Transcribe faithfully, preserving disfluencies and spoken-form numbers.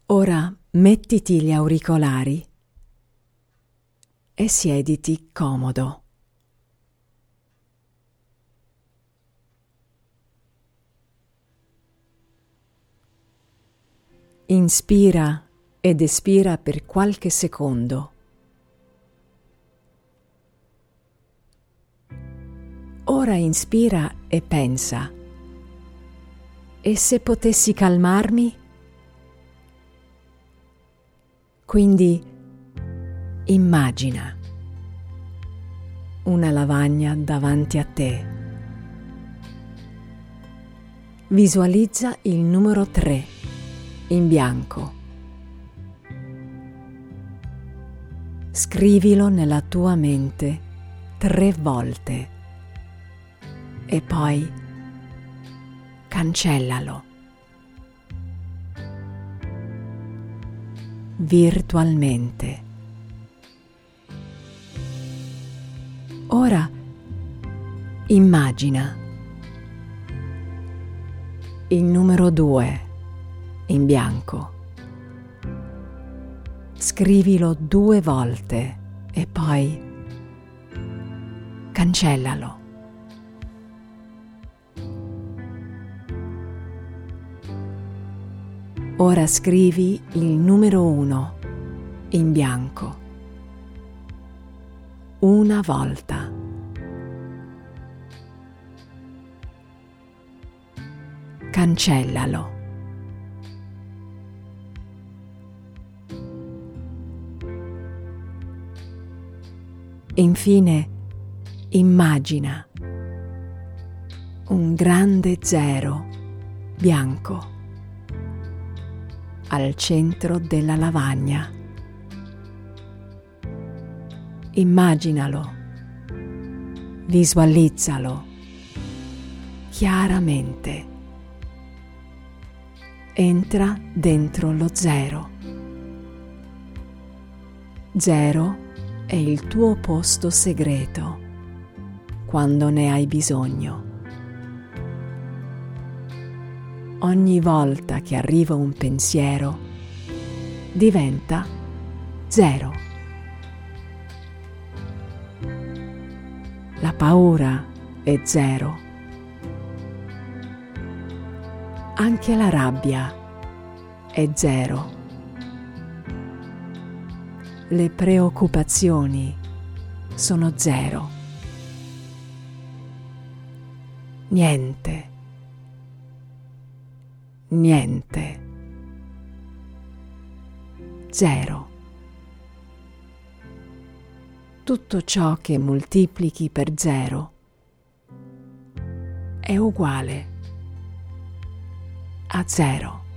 Ora mettiti gli auricolari e siediti comodo. Inspira ed espira per qualche secondo. Ora inspira e pensa: e se potessi calmarmi? Quindi immagina una lavagna davanti a te. Visualizza il numero tre in bianco. Scrivilo nella tua mente tre volte e poi cancellalo virtualmente. Ora immagina il numero due in bianco. Scrivilo due volte e poi cancellalo. Ora scrivi il numero uno in bianco una volta. Cancellalo. Infine, immagina un grande zero bianco al centro della lavagna. Immaginalo, visualizzalo chiaramente. Entra dentro lo zero. Zero è il tuo posto segreto quando ne hai bisogno. Ogni volta che arriva un pensiero, diventa zero. La paura è zero. Anche la rabbia è zero. Le preoccupazioni sono zero. Niente. Niente. Zero. Tutto ciò che moltiplichi per zero è uguale a zero.